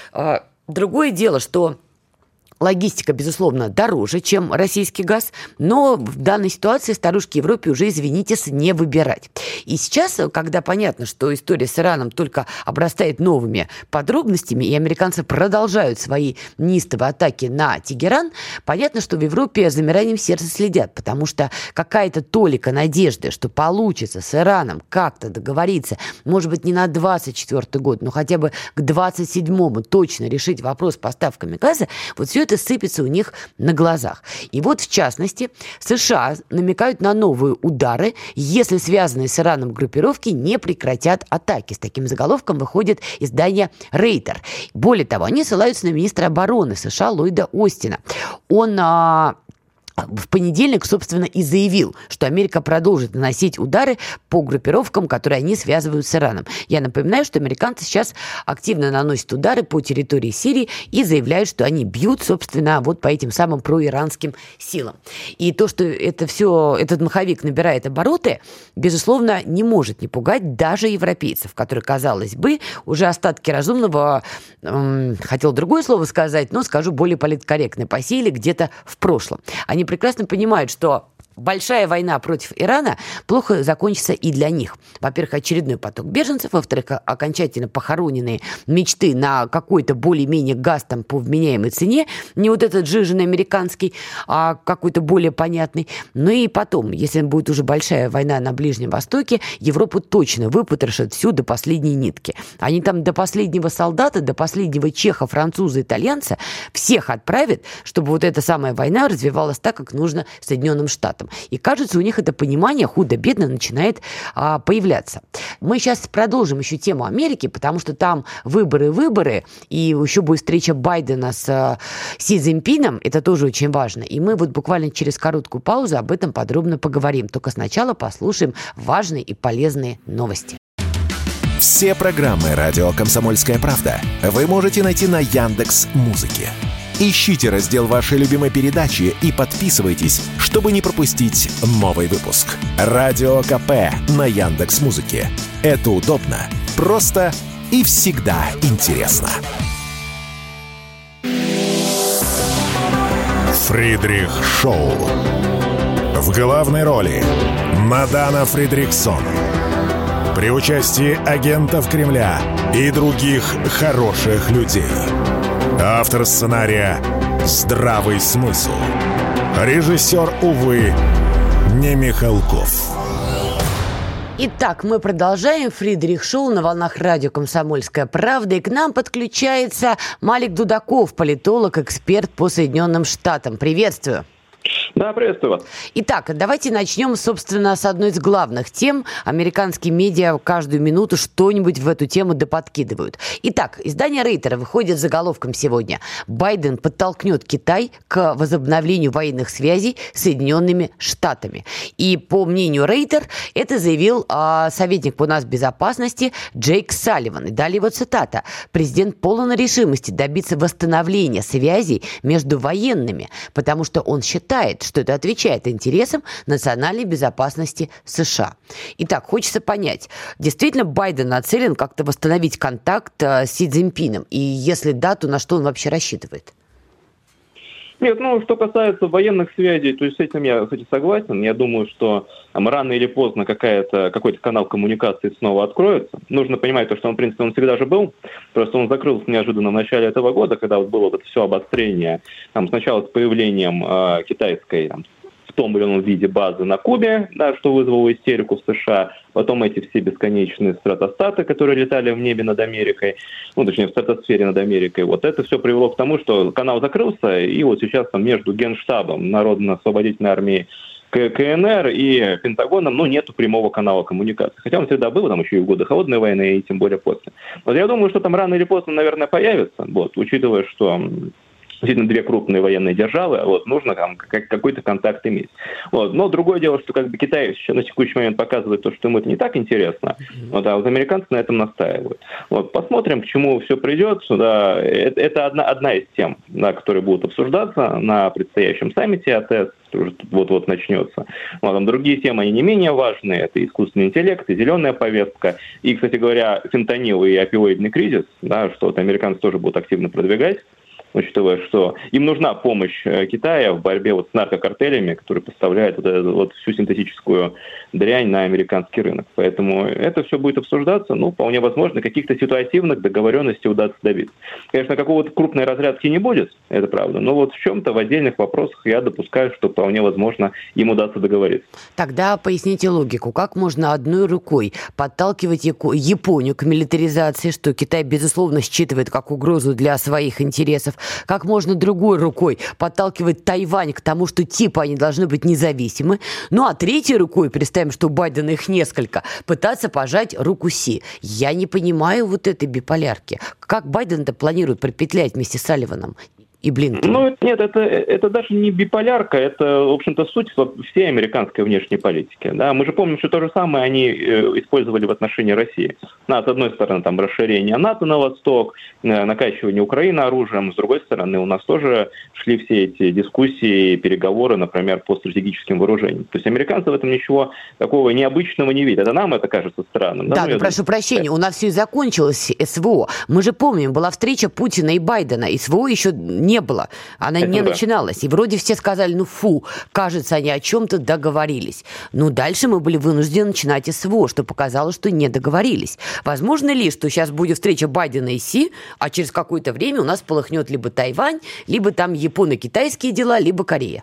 Другое дело, что логистика, безусловно, дороже, чем российский газ, но в данной ситуации старушки Европе уже, извинитесь, не выбирать. И сейчас, когда понятно, что история с Ираном только обрастает новыми подробностями, и американцы продолжают свои неистовые атаки на Тегеран, понятно, что в Европе с замиранием сердца следят, потому что какая-то толика надежды, что получится с Ираном как-то договориться, может быть, не на двадцать четвёртый год, но хотя бы к двадцать седьмому точно решить вопрос с поставками газа, вот все это сыпется у них на глазах. И вот, в частности, США намекают на новые удары, если связанные с Ираном группировки не прекратят атаки. С таким заголовком выходит издание Рейтер. Более того, они ссылаются на министра обороны США Ллойда Остина. Он... А... в понедельник, собственно, и заявил, что Америка продолжит наносить удары по группировкам, которые они связывают с Ираном. Я напоминаю, что американцы сейчас активно наносят удары по территории Сирии и заявляют, что они бьют, собственно, вот по этим самым проиранским силам. И то, что это все, этот маховик набирает обороты, безусловно, не может не пугать даже европейцев, которые, казалось бы, уже остатки разумного, эм, хотел другое слово сказать, но скажу более политкорректно, посеяли где-то в прошлом. Они прекрасно понимают, что большая война против Ирана плохо закончится и для них. Во-первых, очередной поток беженцев, во-вторых, окончательно похороненные мечты на какой-то более-менее газ там по вменяемой цене, не вот этот жиженый американский, а какой-то более понятный. Ну и потом, если будет уже большая война на Ближнем Востоке, Европу точно выпотрошат всю до последней нитки. Они там до последнего солдата, до последнего чеха, француза, итальянца всех отправят, чтобы вот эта самая война развивалась так, как нужно Соединенным Штатам. И кажется, у них это понимание худо-бедно начинает а, появляться. Мы сейчас продолжим еще тему Америки, потому что там выборы-выборы, и еще будет встреча Байдена с а, Си Цзиньпином, это тоже очень важно. И мы вот буквально через короткую паузу об этом подробно поговорим. Только сначала послушаем важные и полезные новости. Все программы «Радио Комсомольская правда» вы можете найти на Яндекс.Музыке. Ищите раздел вашей любимой передачи и подписывайтесь, чтобы не пропустить новый выпуск. Радио КП на Яндекс.Музыке. Это удобно, просто и всегда интересно. Фридрих Шоу. В главной роли Мадана Фридриксон. При участии агентов Кремля и других хороших людей. Автор сценария «Здравый смысл». Режиссер, увы, не Михалков. Итак, мы продолжаем. Фридрих Шоу на волнах радио «Комсомольская правда». И к нам подключается Малик Дудаков, политолог, эксперт по Соединенным Штатам. Приветствую. Да, приветствую вас. Итак, давайте начнем, собственно, с одной из главных тем. Американские медиа каждую минуту что-нибудь в эту тему доподкидывают. Итак, издание Рейтера выходит с заголовком сегодня: «Байден подтолкнет Китай к возобновлению военных связей с Соединенными Штатами». И по мнению Рейтер, это заявил а, советник по нацбезопасности Джейк Салливан. И далее его цитата: «Президент полон решимости добиться восстановления связей между военными, потому что он считает, что это отвечает интересам национальной безопасности США». Итак, хочется понять, действительно Байден нацелен как-то восстановить контакт с Си Цзиньпином? И если да, то на что он вообще рассчитывает? Нет, ну, что касается военных связей, то есть с этим я, кстати, согласен. Я думаю, что там, рано или поздно какая-то, какой-то канал коммуникации снова откроется. Нужно понимать то, что он, в принципе, он всегда же был, просто он закрылся неожиданно в начале этого года, когда вот было вот все обострение, там, сначала с появлением э, китайской, там, в том или ином виде базы на Кубе, да, что вызвало истерику в США, потом эти все бесконечные стратостаты, которые летали в небе над Америкой, ну, точнее, в стратосфере над Америкой. Вот это все привело к тому, что канал закрылся, и вот сейчас там между Генштабом Народно-освободительной армии КНР и Пентагоном, ну, нету прямого канала коммуникации. Хотя он всегда был, там еще и в годы Холодной войны, и тем более после. Вот я думаю, что там рано или поздно, наверное, появится, вот, учитывая, что действительно две крупные военные державы, вот, нужно там какой-то контакт иметь. Вот. Но другое дело, что как бы Китай еще на текущий момент показывает то, что ему это не так интересно, вот, а вот американцы на этом настаивают. Вот. Посмотрим, к чему все придет. Да. Это, это одна, одна из тем, да, которые будут обсуждаться на предстоящем саммите АТЭС, который уже вот-вот начнется. Вот. Там другие темы, они не менее важные. Это искусственный интеллект, и зеленая повестка, и, кстати говоря, фентанил и опиоидный кризис, да, что вот американцы тоже будут активно продвигать, учитывая, что им нужна помощь Китая в борьбе вот с наркокартелями, которые поставляют вот, эту, вот всю синтетическую дрянь на американский рынок. Поэтому это все будет обсуждаться. Ну, вполне возможно, каких-то ситуативных договоренностей удастся добиться. Конечно, какого-то крупной разрядки не будет, это правда. Но вот в чем-то, в отдельных вопросах я допускаю, что вполне возможно им удастся договориться. Тогда поясните логику. Как можно одной рукой подталкивать Японию к милитаризации, что Китай, безусловно, считывает как угрозу для своих интересов? Как можно другой рукой подталкивать Тайвань к тому, что типа они должны быть независимы? Ну а третьей рукой, представим, что у Байдена их несколько, пытаться пожать руку Си. Я не понимаю вот этой биполярки. Как Байден-то планирует пропетлять вместе с Салливаном? и Блинкен? Ну, нет, это, это даже не биполярка, это, в общем-то, суть всей американской внешней политики. Да? Мы же помним, что то же самое они использовали в отношении России. На, с одной стороны, там расширение НАТО на восток, накачивание Украины оружием, с другой стороны, у нас тоже шли все эти дискуссии, переговоры, например, по стратегическим вооружениям. То есть американцы в этом ничего такого необычного не видят. А нам это кажется странным. Да, да, ну, прошу прощения, у нас все и закончилось СВО. Мы же помним, была встреча Путина и Байдена, и СВО еще не было, она это не да. начиналась. И вроде все сказали, ну фу, кажется, они о чем-то договорились. Но дальше мы были вынуждены начинать СВО, что показало, что не договорились. Возможно ли, что сейчас будет встреча Байдена и Си, а через какое-то время у нас полыхнет либо Тайвань, либо там японо-китайские дела, либо Корея?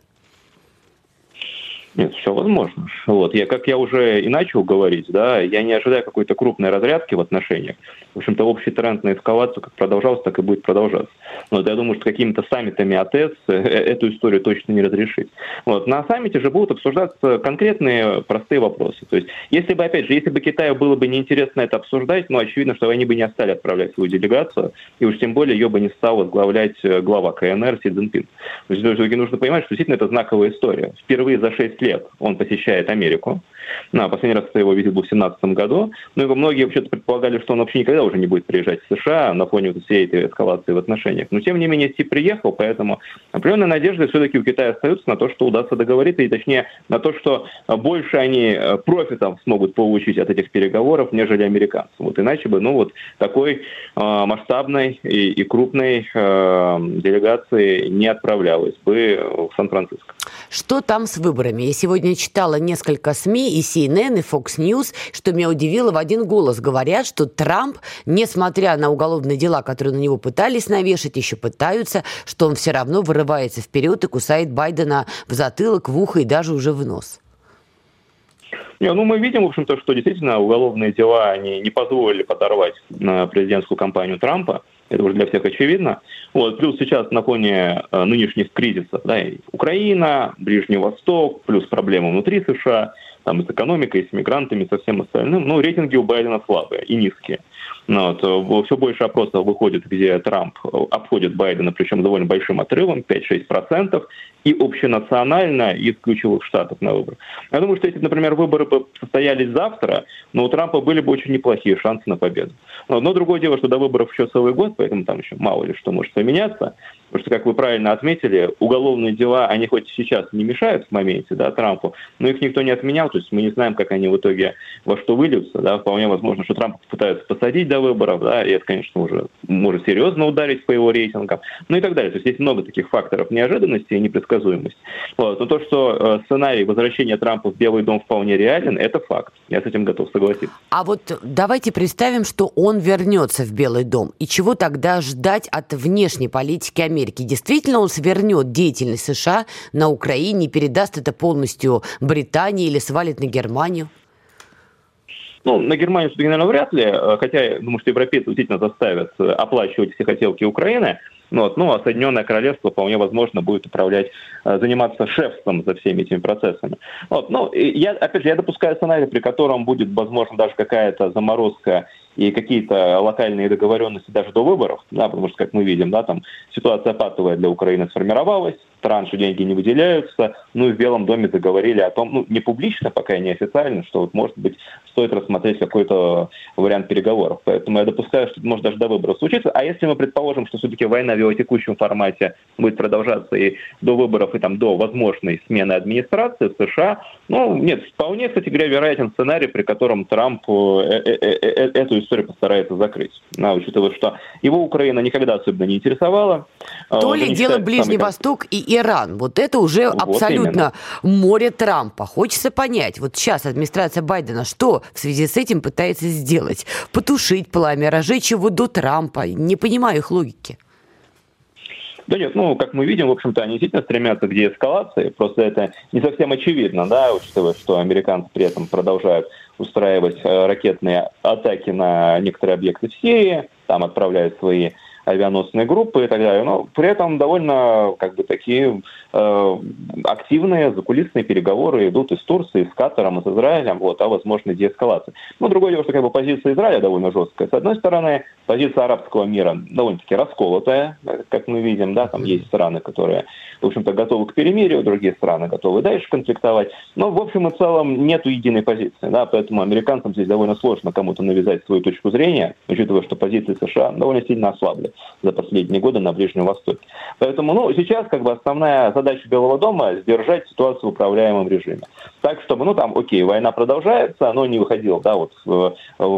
Нет, все возможно. Вот. Я, как я уже и начал говорить, да, я не ожидаю какой-то крупной разрядки в отношениях. В общем-то, общий тренд на эскалацию как продолжался, так и будет продолжаться. Вот. Я думаю, что какими-то саммитами АТЭС эту историю точно не разрешить. Вот. На саммите же будут обсуждаться конкретные простые вопросы. То есть, если бы, опять же, если бы Китаю было бы неинтересно это обсуждать, ну, очевидно, что они бы не стали отправлять свою делегацию, и уж тем более ее бы не стал возглавлять глава КНР Си Цзиньпин. То есть, нужно понимать, что действительно это знаковая история. Впервые за шесть лет он посещает Америку. На последний раз его визит был в две тысячи семнадцатом году. Ну и многие вообще-то предполагали, что он вообще никогда уже не будет приезжать в США на фоне вот всей этой эскалации в отношениях. Но тем не менее Си приехал, поэтому определенные надежды все-таки у Китая остаются на то, что удастся договориться, и точнее на то, что больше они профитов смогут получить от этих переговоров, нежели американцы. Вот иначе бы, ну вот такой э, масштабной и, и крупной э, делегации не отправлялась бы в Сан-Франциско. Что там с выборами? Я сегодня читала несколько СМИ, и Си Эн Эн, и Fox News, что меня удивило, в один голос говорят, что Трамп, несмотря на уголовные дела, которые на него пытались навешать, еще пытаются, что он все равно вырывается вперед и кусает Байдена в затылок, в ухо и даже уже в нос. Не, ну, мы видим, в общем-то, что действительно уголовные дела они не позволили подорвать президентскую кампанию Трампа. Это уже для всех очевидно. Вот. Плюс сейчас на фоне э, нынешних кризисов, да, и Украина, Ближний Восток, плюс проблемы внутри США, там, и с экономикой, и с мигрантами, и со всем остальным, ну, рейтинги у Байдена слабые и низкие. Вот. Все больше опросов выходит, где Трамп обходит Байдена, причем довольно большим отрывом, пять-шесть процентов, и общенационально из ключевых штатов на выборы. Я думаю, что если, например, выборы бы состоялись завтра, но у Трампа были бы очень неплохие шансы на победу. Но другое дело, что до выборов еще целый год, поэтому там еще мало ли что может поменяться. Потому что, как вы правильно отметили, уголовные дела, они хоть сейчас не мешают в моменте, да, Трампу, но их никто не отменял, то есть мы не знаем, как они в итоге во что выльются, да, вполне возможно, что Трампа пытаются посадить до выборов, да, и это, конечно, уже может серьезно ударить по его рейтингам, ну и так далее. То есть есть много таких факторов неожиданности и непредсказуемости. Вот. Но то, что э, сценарий возвращения Трампа в Белый дом вполне реален, это факт. Я с этим готов согласиться. А вот давайте представим, что он вернется в Белый дом. И чего тогда ждать от внешней политики Америки? Действительно он свернет деятельность США на Украине, передаст это полностью Британии или свалит на Германию? Ну, на Германию, наверное, вряд ли, хотя я думаю, что европейцы действительно заставят оплачивать все хотелки Украины. Вот. Ну, а Соединенное Королевство вполне возможно будет управлять, заниматься шефством за всеми этими процессами. Вот. Ну, я, опять же, я допускаю сценарий, при котором будет, возможно, даже какая-то заморозка и какие-то локальные договоренности даже до выборов, да, потому что, как мы видим, да, там ситуация патовая для Украины сформировалась, транши деньги не выделяются, ну и в Белом доме заговорили о том, ну не публично, пока не официально, что вот, может быть, стоит рассмотреть какой-то вариант переговоров. Поэтому я допускаю, что это может даже до выборов случиться. А если мы предположим, что все-таки война в его текущем формате будет продолжаться и до выборов, и там до возможной смены администрации в США, ну нет, вполне, кстати говоря, вероятен сценарий, при котором Трамп эту историю постарается закрыть. Да, учитывая, что его Украина никогда особенно не интересовала. То ли дело Ближний Восток и Иран. Вот это уже вот абсолютно именно море Трампа. Хочется понять, вот сейчас администрация Байдена что в связи с этим пытается сделать? Потушить пламя, разжечь его до Трампа? Не понимаю их логики. Да нет, ну, как мы видим, в общем-то, они действительно стремятся к деэскалации, просто это не совсем очевидно, да, учитывая, что американцы при этом продолжают устраивать ракетные атаки на некоторые объекты в Сирии, там отправляют свои авианосные группы и так далее. Но при этом довольно как бы такие э, активные закулисные переговоры идут и с Турцией, и с Катаром, и с Израилем вот, о возможной деэскалации. Ну, другое дело, что как бы позиция Израиля довольно жесткая. С одной стороны, позиция арабского мира довольно-таки расколотая, как мы видим, да, там есть страны, которые, в общем-то, готовы к перемирию, другие страны готовы дальше конфликтовать. Но, в общем и целом, нет единой позиции, да, поэтому американцам здесь довольно сложно кому-то навязать свою точку зрения, учитывая, что позиции США довольно сильно ослабли за последние годы на Ближнем Востоке. Поэтому, ну, сейчас как бы основная задача Белого дома — сдержать ситуацию в управляемом режиме. Так, чтобы, ну, там, окей, война продолжается, но не выходила, да, вот в,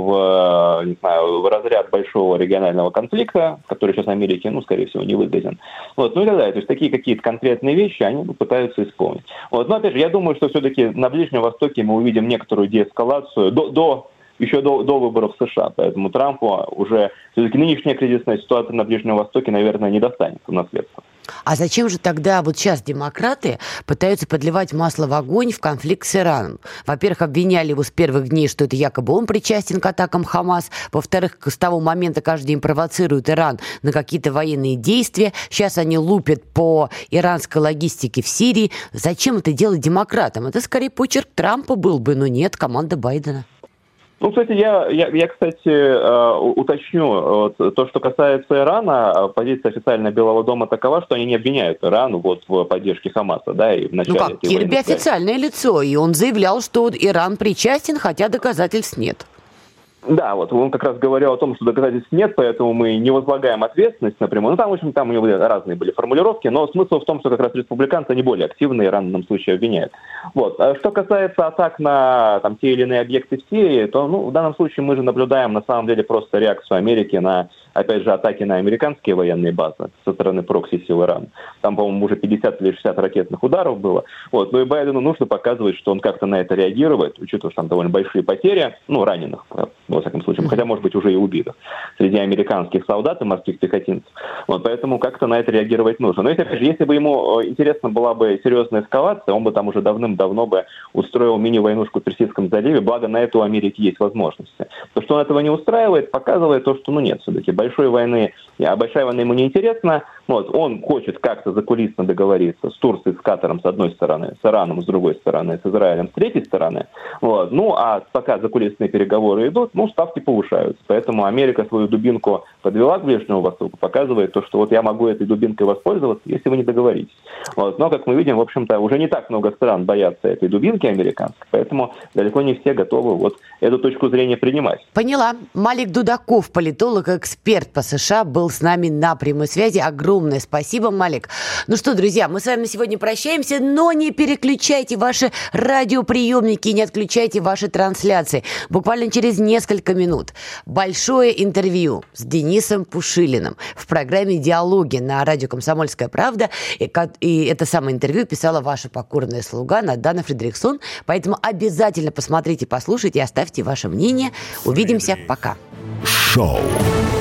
в, не знаю, в разряд большого регионального конфликта, который сейчас Америке, ну, скорее всего, не выгоден. Вот, ну и так далее. То есть такие какие-то конкретные вещи они ну, пытаются исполнить. Вот, но опять же, я думаю, что все-таки на Ближнем Востоке мы увидим некоторую деэскалацию до, до еще до, до выборов в США. Поэтому Трампу уже все-таки нынешняя кризисная ситуация на Ближнем Востоке, наверное, не достанется в наследство. А зачем же тогда вот сейчас демократы пытаются подливать масло в огонь в конфликт с Ираном? Во-первых, обвиняли его с первых дней, что это якобы он причастен к атакам Хамас. Во-вторых, с того момента каждый день провоцирует Иран на какие-то военные действия. Сейчас они лупят по иранской логистике в Сирии. Зачем это делать демократам? Это скорее почерк Трампа был бы, но нет, команда Байдена. Ну, кстати, я, я, я кстати, уточню, то, что касается Ирана, позиция официально Белого дома такова, что они не обвиняют Иран вот в поддержке Хамаса, да, и в начале. Ну как, Кирби официальное лицо, и он заявлял, что Иран причастен, хотя доказательств нет. Да, вот он как раз говорил о том, что доказательств нет, поэтому мы не возлагаем ответственность напрямую. Ну, там, в общем, там у него разные были формулировки, но смысл в том, что как раз республиканцы, они более активно Иран в данном случае обвиняют. Вот. А что касается атак на там, те или иные объекты в Сирии, то ну, в данном случае мы же наблюдаем на самом деле просто реакцию Америки на, опять же, атаки на американские военные базы со стороны прокси-сил Ирана. Там, по-моему, уже пятьдесят или шестьдесят ракетных ударов было. Вот. Ну и Байдену нужно показывать, что он как-то на это реагирует, учитывая, что там довольно большие потери, ну, раненых, во всяком случае, хотя, может быть, уже и убитых среди американских солдат и морских пехотинцев. Вот, поэтому как-то на это реагировать нужно. Но если, опять же, если бы ему интересна была бы серьезная эскалация, он бы там уже давным-давно бы устроил мини-войнушку в Персидском заливе, благо на это у Америки есть возможности. То, что он этого не устраивает, показывает то, что, ну, нет, все-таки большой войны, а большая война ему не интересна. Вот, он хочет как-то закулисно договориться с Турцией, с Катаром, с одной стороны, с Ираном, с другой стороны, с Израилем, с третьей стороны. Вот, ну, а пока закулисные переговоры идут, ну, ставки повышаются. Поэтому Америка свою дубинку подвела к Ближнему Востоку, показывает то, что вот я могу этой дубинкой воспользоваться, если вы не договоритесь. Вот. Но, как мы видим, в общем-то, уже не так много стран боятся этой дубинки американской, поэтому далеко не все готовы вот эту точку зрения принимать. Поняла. Малик Дудаков, политолог, эксперт по США, был с нами на прямой связи. Огромное спасибо, Малик. Ну что, друзья, мы с вами сегодня прощаемся, но не переключайте ваши радиоприемники, не отключайте ваши трансляции. Буквально через несколько минут большое интервью с Денисом Пушилиным в программе «Диалоги» на радио «Комсомольская правда». И это самое интервью писала ваша покорная слуга Надана Фридрихсон. Поэтому обязательно посмотрите, послушайте и оставьте ваше мнение. Увидимся. Пока. Шоу.